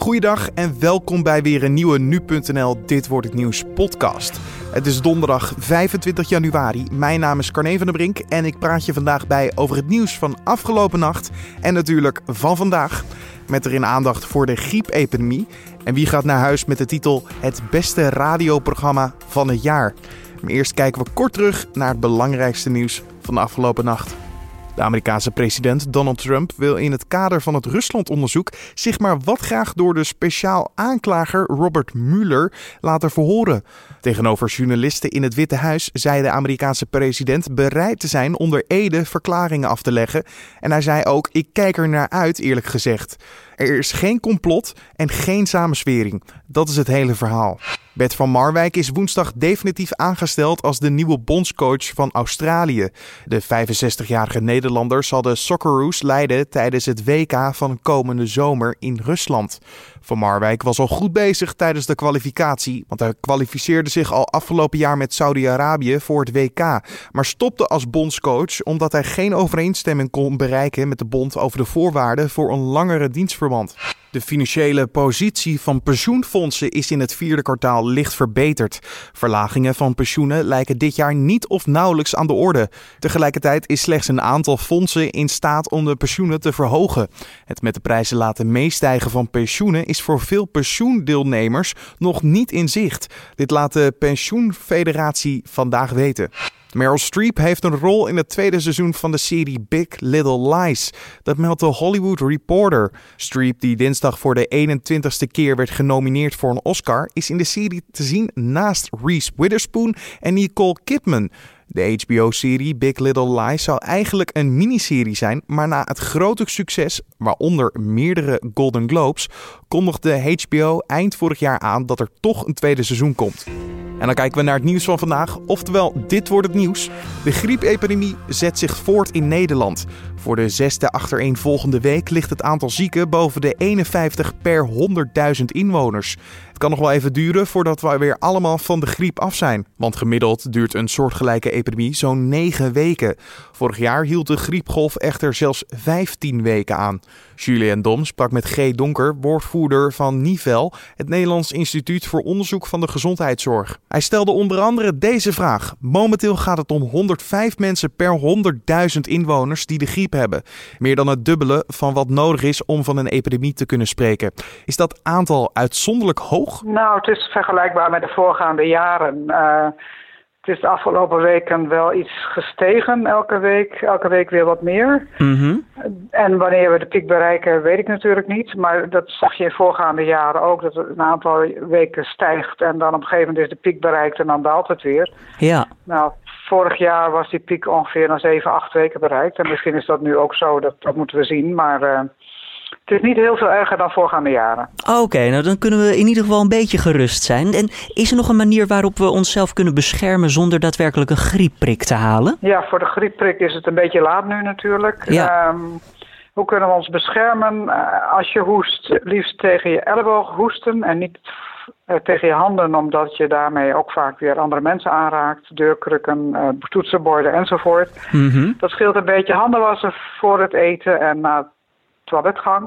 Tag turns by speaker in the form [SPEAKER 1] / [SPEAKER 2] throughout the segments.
[SPEAKER 1] Goeiedag en welkom bij weer een nieuwe Nu.nl Dit Wordt Het Nieuws podcast. Het is donderdag 25 januari. Mijn naam is Carne van der Brink en ik praat je vandaag bij over het nieuws van afgelopen nacht en natuurlijk van vandaag. Met erin aandacht voor de griepepidemie. En wie gaat naar huis met de titel Het beste radioprogramma van het jaar. Maar eerst kijken we kort terug naar het belangrijkste nieuws van de afgelopen nacht. De Amerikaanse president Donald Trump wil in het kader van het Ruslandonderzoek zich maar wat graag door de speciaal aanklager Robert Mueller laten verhoren. Tegenover journalisten in het Witte Huis zei de Amerikaanse president bereid te zijn onder ede verklaringen af te leggen. En hij zei ook, ik kijk er naar uit eerlijk gezegd. Er is geen complot en geen samenswering. Dat is het hele verhaal. Bert van Marwijk is woensdag definitief aangesteld als de nieuwe bondscoach van Australië. De 65-jarige Nederlander zal de Socceroos leiden tijdens het WK van komende zomer in Rusland. Van Marwijk was al goed bezig tijdens de kwalificatie, want hij kwalificeerde zich al afgelopen jaar met Saudi-Arabië voor het WK. Maar stopte als bondscoach omdat hij geen overeenstemming kon bereiken met de bond over de voorwaarden voor een langere dienstverband. De financiële positie van pensioenfondsen is in het vierde kwartaal licht verbeterd. Verlagingen van pensioenen lijken dit jaar niet of nauwelijks aan de orde. Tegelijkertijd is slechts een aantal fondsen in staat om de pensioenen te verhogen. Het met de prijzen laten meestijgen van pensioenen is voor veel pensioendeelnemers nog niet in zicht. Dit laat de Pensioenfederatie vandaag weten. Meryl Streep heeft een rol in het tweede seizoen van de serie Big Little Lies. Dat meldt de Hollywood Reporter. Streep, die dinsdag voor de 21ste keer werd genomineerd voor een Oscar, is in de serie te zien naast Reese Witherspoon en Nicole Kidman. De HBO-serie Big Little Lies zou eigenlijk een miniserie zijn, maar na het grote succes, waaronder meerdere Golden Globes, kondigde HBO eind vorig jaar aan dat er toch een tweede seizoen komt. En dan kijken we naar het nieuws van vandaag, oftewel dit wordt het nieuws. De griepepidemie zet zich voort in Nederland. Voor de 6e achtereenvolgende week ligt het aantal zieken boven de 51 per 100.000 inwoners. Het kan nog wel even duren voordat we weer allemaal van de griep af zijn. Want gemiddeld duurt een soortgelijke epidemie zo'n 9 weken. Vorig jaar hield de griepgolf echter zelfs 15 weken aan. Julien Dom sprak met G. Donker, woordvoerder van NIVEL, het Nederlands Instituut voor Onderzoek van de Gezondheidszorg. Hij stelde onder andere deze vraag. Momenteel gaat het om 105 mensen per 100.000 inwoners die de griep hebben. Meer dan het dubbele van wat nodig is om van een epidemie te kunnen spreken. Is dat aantal uitzonderlijk hoog?
[SPEAKER 2] Nou, het is vergelijkbaar met de voorgaande jaren. Het is de afgelopen weken wel iets gestegen, elke week weer wat meer. Mm-hmm. En wanneer we de piek bereiken, weet ik natuurlijk niet. Maar dat zag je in voorgaande jaren ook, dat het een aantal weken stijgt en dan op een gegeven moment is de piek bereikt en dan daalt het weer.
[SPEAKER 3] Ja.
[SPEAKER 2] Nou, vorig jaar was die piek ongeveer na 7-8 weken bereikt. En misschien is dat nu ook zo, dat moeten we zien. Maar het is niet heel veel erger dan voorgaande jaren.
[SPEAKER 3] Oké, nou dan kunnen we in ieder geval een beetje gerust zijn. En is er nog een manier waarop we onszelf kunnen beschermen zonder daadwerkelijk een griepprik te halen?
[SPEAKER 2] Ja, voor de griepprik is het een beetje laat nu natuurlijk.
[SPEAKER 3] Ja.
[SPEAKER 2] Hoe kunnen we ons beschermen? Als je hoest, liefst tegen je elleboog hoesten en niet tegen je handen, omdat je daarmee ook vaak weer andere mensen aanraakt. Deurkrukken, toetsenborden enzovoort. Mm-hmm. Dat scheelt een beetje. Handen wassen voor het eten en na toiletgang.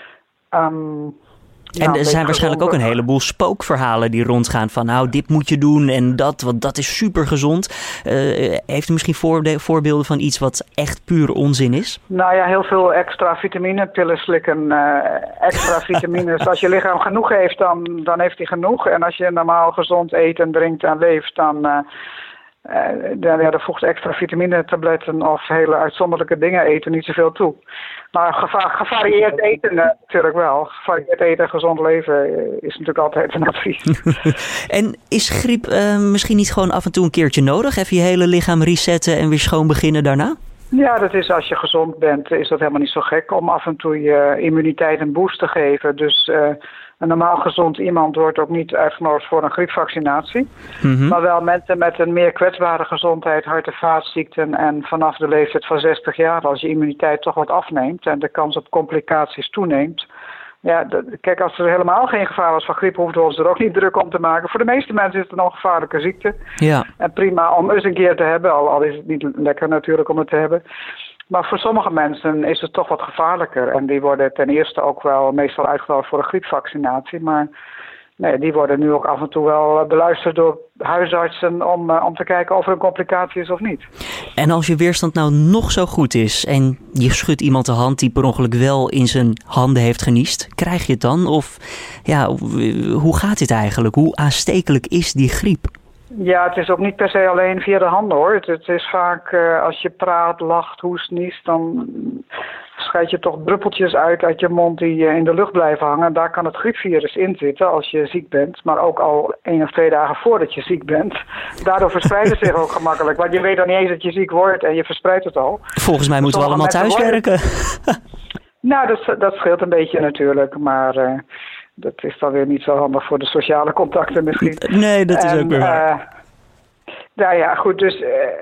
[SPEAKER 3] En er zijn waarschijnlijk ook een heleboel spookverhalen die rondgaan van nou, dit moet je doen en dat, want dat is super gezond. Heeft u misschien voorbeelden van iets wat echt puur onzin is?
[SPEAKER 2] Nou ja, heel veel extra vitaminepillen slikken. Extra vitamines. Als je lichaam genoeg heeft, dan heeft hij genoeg. En als je normaal gezond eet en drinkt en leeft, dan voegt extra vitaminetabletten of hele uitzonderlijke dingen eten niet zoveel toe. Maar gevarieerd eten natuurlijk wel. Gevarieerd eten en gezond leven is natuurlijk altijd een advies.
[SPEAKER 3] En is griep misschien niet gewoon af en toe een keertje nodig? Even je hele lichaam resetten en weer schoon beginnen daarna?
[SPEAKER 2] Ja, dat is als je gezond bent, is dat helemaal niet zo gek om af en toe je immuniteit een boost te geven. Dus een normaal gezond iemand wordt ook niet uitgenodigd voor een griepvaccinatie. Mm-hmm. Maar wel mensen met een meer kwetsbare gezondheid, hart- en vaatziekten en vanaf de leeftijd van 60 jaar, als je immuniteit toch wat afneemt en de kans op complicaties toeneemt. Ja, kijk, als er helemaal geen gevaar was van griep, hoefden we ons er ook niet druk om te maken. Voor de meeste mensen is het een ongevaarlijke ziekte.
[SPEAKER 3] Ja.
[SPEAKER 2] En prima om eens een keer te hebben, al is het niet lekker natuurlijk om het te hebben. Maar voor sommige mensen is het toch wat gevaarlijker. En die worden ten eerste ook wel meestal uitgenodigd voor een griepvaccinatie. Maar nee, die worden nu ook af en toe wel beluisterd door huisartsen om te kijken of er een complicatie is of niet.
[SPEAKER 3] En als je weerstand nou nog zo goed is en je schudt iemand de hand die per ongeluk wel in zijn handen heeft geniest, krijg je het dan? Of ja, hoe gaat dit eigenlijk? Hoe aanstekelijk is die griep?
[SPEAKER 2] Ja, het is ook niet per se alleen via de handen hoor. Het is vaak als je praat, lacht, hoest, niest, dan scheid je toch druppeltjes uit je mond die in de lucht blijven hangen. Daar kan het griepvirus in zitten als je ziek bent, maar ook al 1 of 2 dagen voordat je ziek bent. Daardoor verspreidt het zich ook gemakkelijk, want je weet dan niet eens dat je ziek wordt en je verspreidt het al.
[SPEAKER 3] Volgens mij moeten we allemaal thuiswerken.
[SPEAKER 2] Nou, dat scheelt een beetje natuurlijk, maar dat is dan weer niet zo handig voor de sociale contacten misschien.
[SPEAKER 3] Nee, dat is ook weer waar.
[SPEAKER 2] Nou ja, goed, dus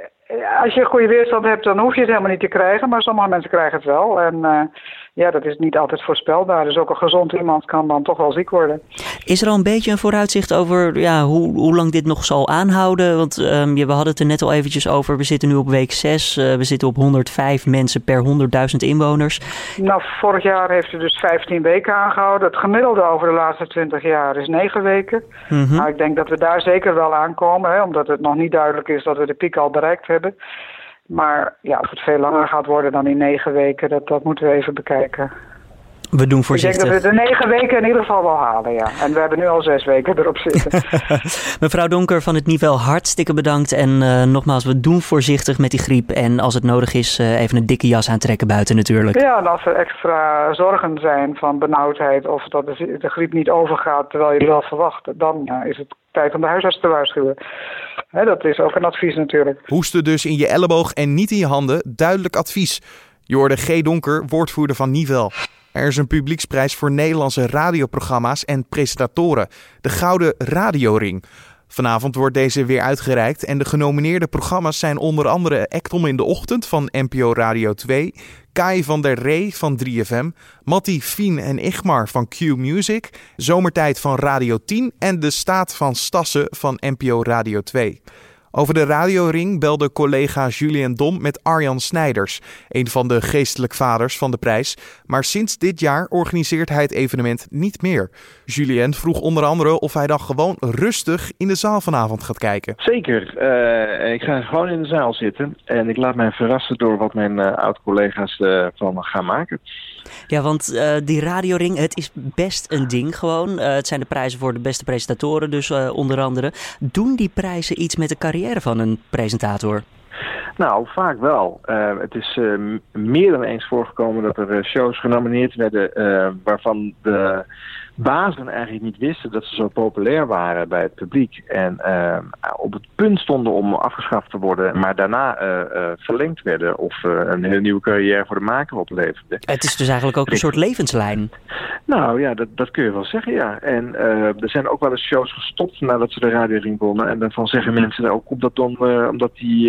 [SPEAKER 2] als je een goede weerstand hebt, dan hoef je het helemaal niet te krijgen. Maar sommige mensen krijgen het wel. En dat is niet altijd voorspelbaar. Dus ook een gezond iemand kan dan toch wel ziek worden.
[SPEAKER 3] Is er al een beetje een vooruitzicht over hoe lang dit nog zal aanhouden? Want we hadden het er net al eventjes over. We zitten nu op week 6. We zitten op 105 mensen per 100.000 inwoners.
[SPEAKER 2] Nou, vorig jaar heeft het dus 15 weken aangehouden. Het gemiddelde over de laatste 20 jaar is 9 weken. Mm-hmm. Nou, ik denk dat we daar zeker wel aankomen. Hè, omdat het nog niet duidelijk is dat we de piek al bereikt hebben. Maar ja, of het veel langer gaat worden dan in 9 weken, dat moeten we even bekijken.
[SPEAKER 3] We doen voorzichtig.
[SPEAKER 2] Ik denk dat we de 9 weken in ieder geval wel halen, ja. En we hebben nu al 6 weken erop zitten.
[SPEAKER 3] Mevrouw Donker van het Nivelle, hartstikke bedankt. En nogmaals, we doen voorzichtig met die griep. En als het nodig is, even een dikke jas aantrekken buiten natuurlijk.
[SPEAKER 2] Ja, en als er extra zorgen zijn van benauwdheid of dat de griep niet overgaat terwijl je het wel verwacht, dan is het tijd om de huisarts te waarschuwen. Dat is ook een advies natuurlijk.
[SPEAKER 1] Hoesten dus in je elleboog en niet in je handen. Duidelijk advies. Je hoorde G. Donker, woordvoerder van Nivelle. Er is een publieksprijs voor Nederlandse radioprogramma's en presentatoren. De Gouden Radioring. Vanavond wordt deze weer uitgereikt en de genomineerde programma's zijn onder andere Ektom in de Ochtend van NPO Radio 2, Kai van der Ree van 3FM, Matti, Fien en Igmar van Q Music, Zomertijd van Radio 10 en De Staat van Stassen van NPO Radio 2. Over de radioring belde collega Julien Dom met Arjan Snijders, een van de geestelijk vaders van de prijs. Maar sinds dit jaar organiseert hij het evenement niet meer. Julien vroeg onder andere of hij dan gewoon rustig in de zaal vanavond gaat kijken.
[SPEAKER 4] Zeker. Ik ga gewoon in de zaal zitten en ik laat mij verrassen door wat mijn oud-collega's van gaan maken.
[SPEAKER 3] Ja, want die radioring, het is best een ding gewoon. Het zijn de prijzen voor de beste presentatoren dus onder andere. Doen die prijzen iets met de carrière van een presentator?
[SPEAKER 4] Nou, vaak wel. Het is meer dan eens voorgekomen dat er shows genomineerd werden waarvan de bazen eigenlijk niet wisten dat ze zo populair waren bij het publiek. En op het punt stonden om afgeschaft te worden, maar daarna verlengd werden of een hele nieuwe carrière voor de maker opleverden.
[SPEAKER 3] Het is dus eigenlijk ook een soort levenslijn.
[SPEAKER 4] Nou ja, dat kun je wel zeggen, ja. En er zijn ook wel eens shows gestopt nadat ze de radioring wonnen. En daarvan zeggen mensen ook omdat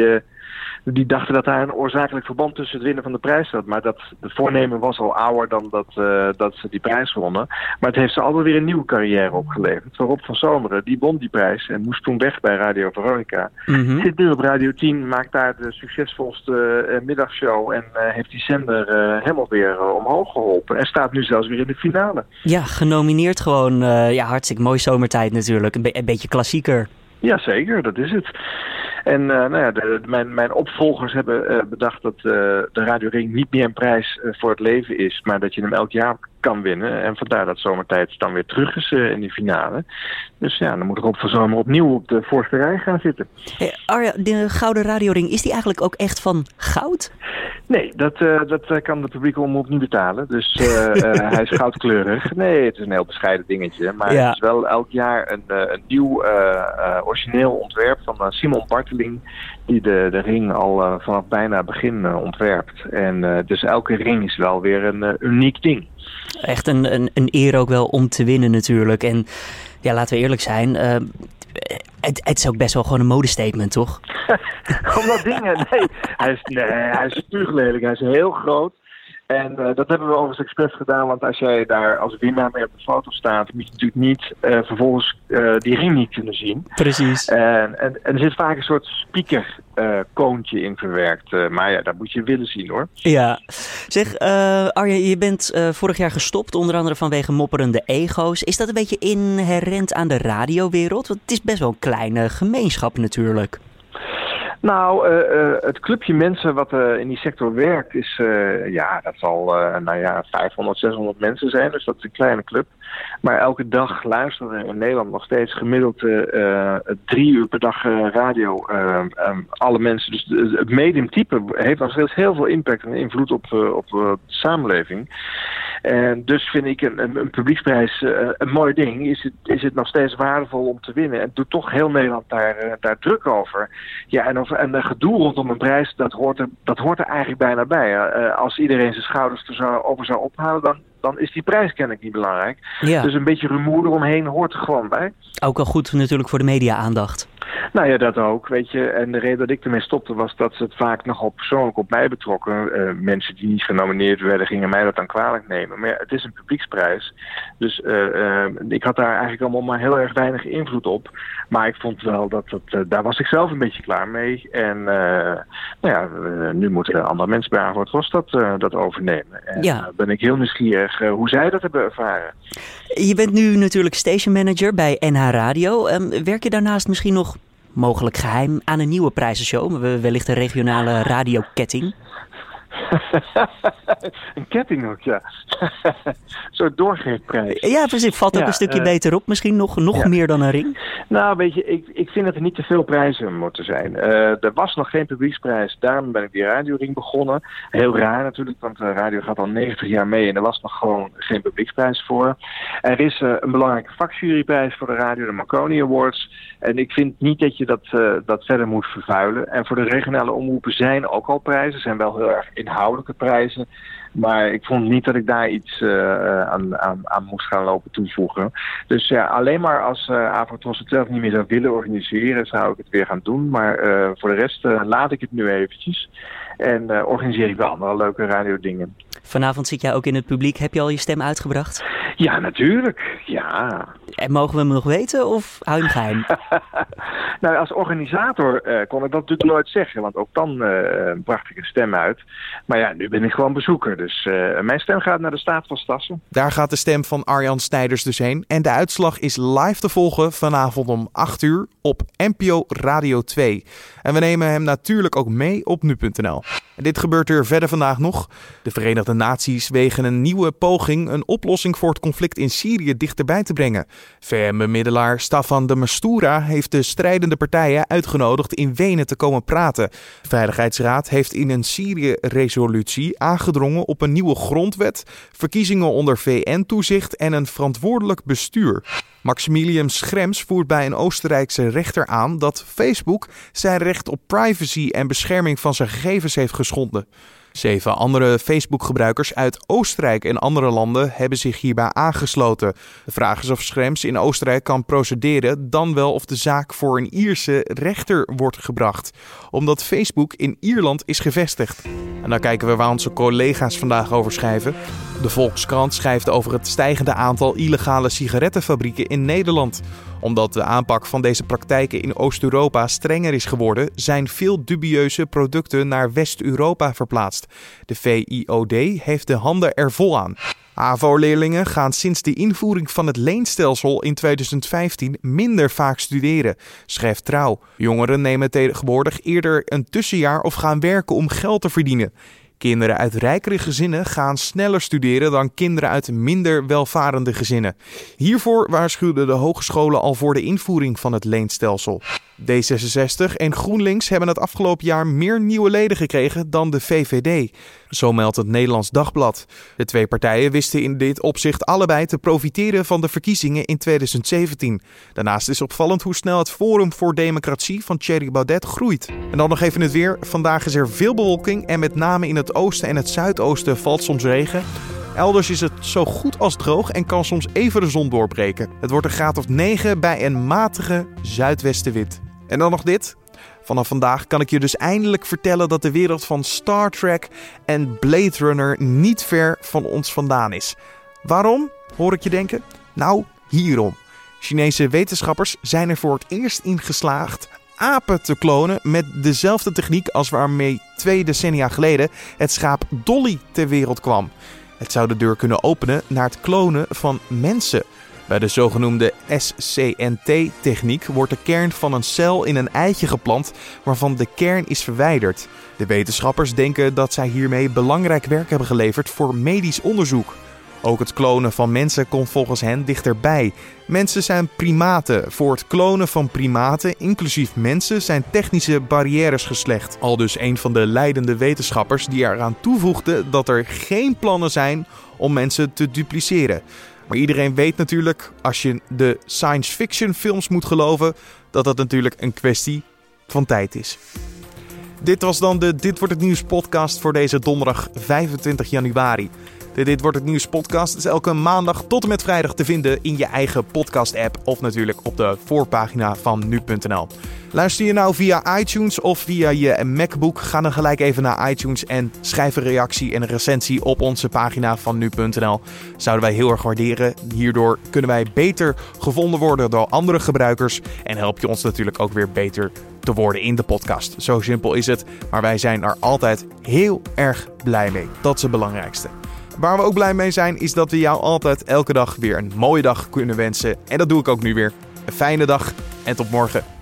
[SPEAKER 4] die dachten dat daar een oorzakelijk verband tussen het winnen van de prijs zat. Maar dat de voornemen was al ouder dan dat ze die prijs wonnen. Maar het heeft ze altijd weer een nieuwe carrière opgeleverd. Rob van Zomeren, die won die prijs en moest toen weg bij Radio Veronica. Mm-hmm. Zit nu op Radio 10, maakt daar de succesvolste middagshow en heeft die zender helemaal weer omhoog geholpen. En staat nu zelfs weer in de finale.
[SPEAKER 3] Ja, genomineerd gewoon. Hartstikke mooi Zomertijd natuurlijk. Een beetje klassieker.
[SPEAKER 4] Jazeker, dat is het. En mijn opvolgers hebben bedacht dat de Radio Ring niet meer een prijs voor het leven is, maar dat je hem elk jaar kan winnen. En vandaar dat Zomertijd dan weer terug is in die finale. Dus ja, dan moet Rob van Zomer opnieuw op de voorste rij gaan zitten.
[SPEAKER 3] Hey, Arja, de Gouden Radioring, is die eigenlijk ook echt van goud?
[SPEAKER 4] Nee, dat kan de publieke omroep niet betalen. Dus hij is goudkleurig. Nee, het is een heel bescheiden dingetje. Maar het is wel elk jaar een nieuw origineel ontwerp van Simon Barteling, die de ring al vanaf bijna begin ontwerpt. En dus elke ring is wel weer een uniek ding.
[SPEAKER 3] Echt een eer ook wel om te winnen natuurlijk. En ja, laten we eerlijk zijn, het is ook best wel gewoon een modestatement, toch?
[SPEAKER 4] Om dat dingen? Nee, hij is spuuglelijk. Hij is heel groot. En dat hebben we overigens expres gedaan, want als jij daar als winnaar mee op de foto staat, moet je natuurlijk niet vervolgens die ring niet kunnen zien.
[SPEAKER 3] Precies.
[SPEAKER 4] En er zit vaak een soort speakerkoontje in verwerkt. Maar ja, dat moet je willen zien hoor.
[SPEAKER 3] Ja. Zeg, Arjen, je bent vorig jaar gestopt, onder andere vanwege mopperende ego's. Is dat een beetje inherent aan de radiowereld? Want het is best wel een kleine gemeenschap natuurlijk.
[SPEAKER 4] Nou, het clubje mensen wat in die sector werkt is, dat zal 500, 600 mensen zijn. Dus dat is een kleine club. Maar elke dag luisteren in Nederland nog steeds gemiddeld 3 uur per dag radio. Alle mensen. Dus het mediumtype heeft nog steeds heel veel impact en invloed op de samenleving. En dus vind ik een publieksprijs een mooi ding. Is het nog steeds waardevol om te winnen. En doet toch heel Nederland daar druk over. Ja, en de gedoe rondom een prijs, dat hoort er eigenlijk bijna bij. Als iedereen zijn schouders over zou ophalen, dan is die prijs kennelijk niet belangrijk. Ja. Dus een beetje rumoer eromheen hoort er gewoon bij.
[SPEAKER 3] Ook wel goed natuurlijk voor de media-aandacht.
[SPEAKER 4] Nou ja, dat ook, weet je. En de reden dat ik ermee stopte was dat ze het vaak nogal persoonlijk op mij betrokken. Mensen die niet genomineerd werden, gingen mij dat dan kwalijk nemen. Maar ja, het is een publieksprijs. Dus ik had daar eigenlijk allemaal maar heel erg weinig invloed op. Maar ik vond wel daar was ik zelf een beetje klaar mee. En nu moeten andere mensen bij Avro Tros dat overnemen. En ben ik heel nieuwsgierig hoe zij dat hebben ervaren.
[SPEAKER 3] Je bent nu natuurlijk station manager bij NH Radio. Werk je daarnaast misschien nog, mogelijk geheim, aan een nieuwe prijzenshow? Wellicht een regionale radioketting?
[SPEAKER 4] Een ketting ook, ja. Zo'n doorgeefprijs.
[SPEAKER 3] Ja, precies. Valt ook een stukje beter op. Misschien nog meer dan een ring?
[SPEAKER 4] Nou, weet je, ik vind dat er niet te veel prijzen moeten zijn. Er was nog geen publieksprijs. Daarom ben ik die radioring begonnen. Heel raar natuurlijk, want de radio gaat al 90 jaar mee en er was nog gewoon geen publieksprijs voor. Er is een belangrijke vakjuryprijs voor de radio, de Marconi Awards. En ik vind niet dat je dat verder moet vervuilen. En voor de regionale omroepen zijn ook al prijzen. Zijn wel heel erg inhoudelijke prijzen. Maar ik vond niet dat ik daar iets aan moest gaan lopen toevoegen. Dus ja, alleen maar als Avro Tros het zelf niet meer zou willen organiseren, zou ik het weer gaan doen. Maar voor de rest laat ik het nu eventjes. En organiseer ik wel andere leuke radiodingen.
[SPEAKER 3] Vanavond zit jij ook in het publiek. Heb je al je stem uitgebracht?
[SPEAKER 4] Ja, natuurlijk. Ja.
[SPEAKER 3] En mogen we hem nog weten of hou je hem geheim?
[SPEAKER 4] Nou, als organisator kon ik dat natuurlijk nooit zeggen. Want ook dan bracht ik een stem uit. Maar ja, nu ben ik gewoon bezoeker. Dus mijn stem gaat naar de Staat van Stassen.
[SPEAKER 1] Daar gaat de stem van Arjan Snijders dus heen. En de uitslag is live te volgen vanavond om 8 uur op NPO Radio 2. En we nemen hem natuurlijk ook mee op nu.nl. En dit gebeurt er verder vandaag nog. De Verenigde Naties wegen een nieuwe poging een oplossing voor het conflict in Syrië dichterbij te brengen. VN-bemiddelaar Staffan de Mistura heeft de strijdende partijen uitgenodigd in Wenen te komen praten. De Veiligheidsraad heeft in een Syrië-resolutie aangedrongen op een nieuwe grondwet, verkiezingen onder VN-toezicht en een verantwoordelijk bestuur. Maximilian Schrems voert bij een Oostenrijkse rechter aan dat Facebook zijn recht op privacy en bescherming van zijn gegevens heeft geschonden. 7 andere Facebook-gebruikers uit Oostenrijk en andere landen hebben zich hierbij aangesloten. De vraag is of Schrems in Oostenrijk kan procederen, dan wel of de zaak voor een Ierse rechter wordt gebracht, omdat Facebook in Ierland is gevestigd. En dan kijken we waar onze collega's vandaag over schrijven. De Volkskrant schrijft over het stijgende aantal illegale sigarettenfabrieken in Nederland. Omdat de aanpak van deze praktijken in Oost-Europa strenger is geworden, zijn veel dubieuze producten naar West-Europa verplaatst. De VIOD heeft de handen er vol aan. AVO-leerlingen gaan sinds de invoering van het leenstelsel in 2015 minder vaak studeren, schrijft Trouw. Jongeren nemen tegenwoordig eerder een tussenjaar of gaan werken om geld te verdienen. Kinderen uit rijkere gezinnen gaan sneller studeren dan kinderen uit minder welvarende gezinnen. Hiervoor waarschuwden de hogescholen al voor de invoering van het leenstelsel. D66 en GroenLinks hebben het afgelopen jaar meer nieuwe leden gekregen dan de VVD. Zo meldt het Nederlands Dagblad. De 2 partijen wisten in dit opzicht allebei te profiteren van de verkiezingen in 2017. Daarnaast is opvallend hoe snel het Forum voor Democratie van Thierry Baudet groeit. En dan nog even het weer. Vandaag is er veel bewolking en met name in het oosten en het zuidoosten valt soms regen. Elders is het zo goed als droog en kan soms even de zon doorbreken. Het wordt een graad of 9 bij een matige zuidwestenwind. En dan nog dit. Vanaf vandaag kan ik je dus eindelijk vertellen dat de wereld van Star Trek en Blade Runner niet ver van ons vandaan is. Waarom, hoor ik je denken? Nou, hierom. Chinese wetenschappers zijn er voor het eerst in geslaagd apen te klonen met dezelfde techniek als waarmee 2 decennia geleden het schaap Dolly ter wereld kwam. Het zou de deur kunnen openen naar het klonen van mensen. Bij de zogenoemde SCNT-techniek wordt de kern van een cel in een eitje geplant waarvan de kern is verwijderd. De wetenschappers denken dat zij hiermee belangrijk werk hebben geleverd voor medisch onderzoek. Ook het klonen van mensen komt volgens hen dichterbij. Mensen zijn primaten. Voor het klonen van primaten, inclusief mensen, zijn technische barrières geslecht. Aldus een van de leidende wetenschappers die eraan toevoegde dat er geen plannen zijn om mensen te dupliceren. Maar iedereen weet natuurlijk, als je de science fiction films moet geloven, dat dat natuurlijk een kwestie van tijd is. Dit was dan de Dit Wordt Het Nieuws podcast voor deze donderdag 25 januari. De Dit Wordt Het Nieuws podcast is elke maandag tot en met vrijdag te vinden in je eigen podcast app of natuurlijk op de voorpagina van nu.nl. Luister je nou via iTunes of via je MacBook? Ga dan gelijk even naar iTunes en schrijf een reactie en een recensie op onze pagina van nu.nl. Zouden wij heel erg waarderen. Hierdoor kunnen wij beter gevonden worden door andere gebruikers en help je ons natuurlijk ook weer beter te worden in de podcast. Zo simpel is het, maar wij zijn er altijd heel erg blij mee. Dat is het belangrijkste. Waar we ook blij mee zijn is dat we jou altijd elke dag weer een mooie dag kunnen wensen. En dat doe ik ook nu weer. Een fijne dag en tot morgen.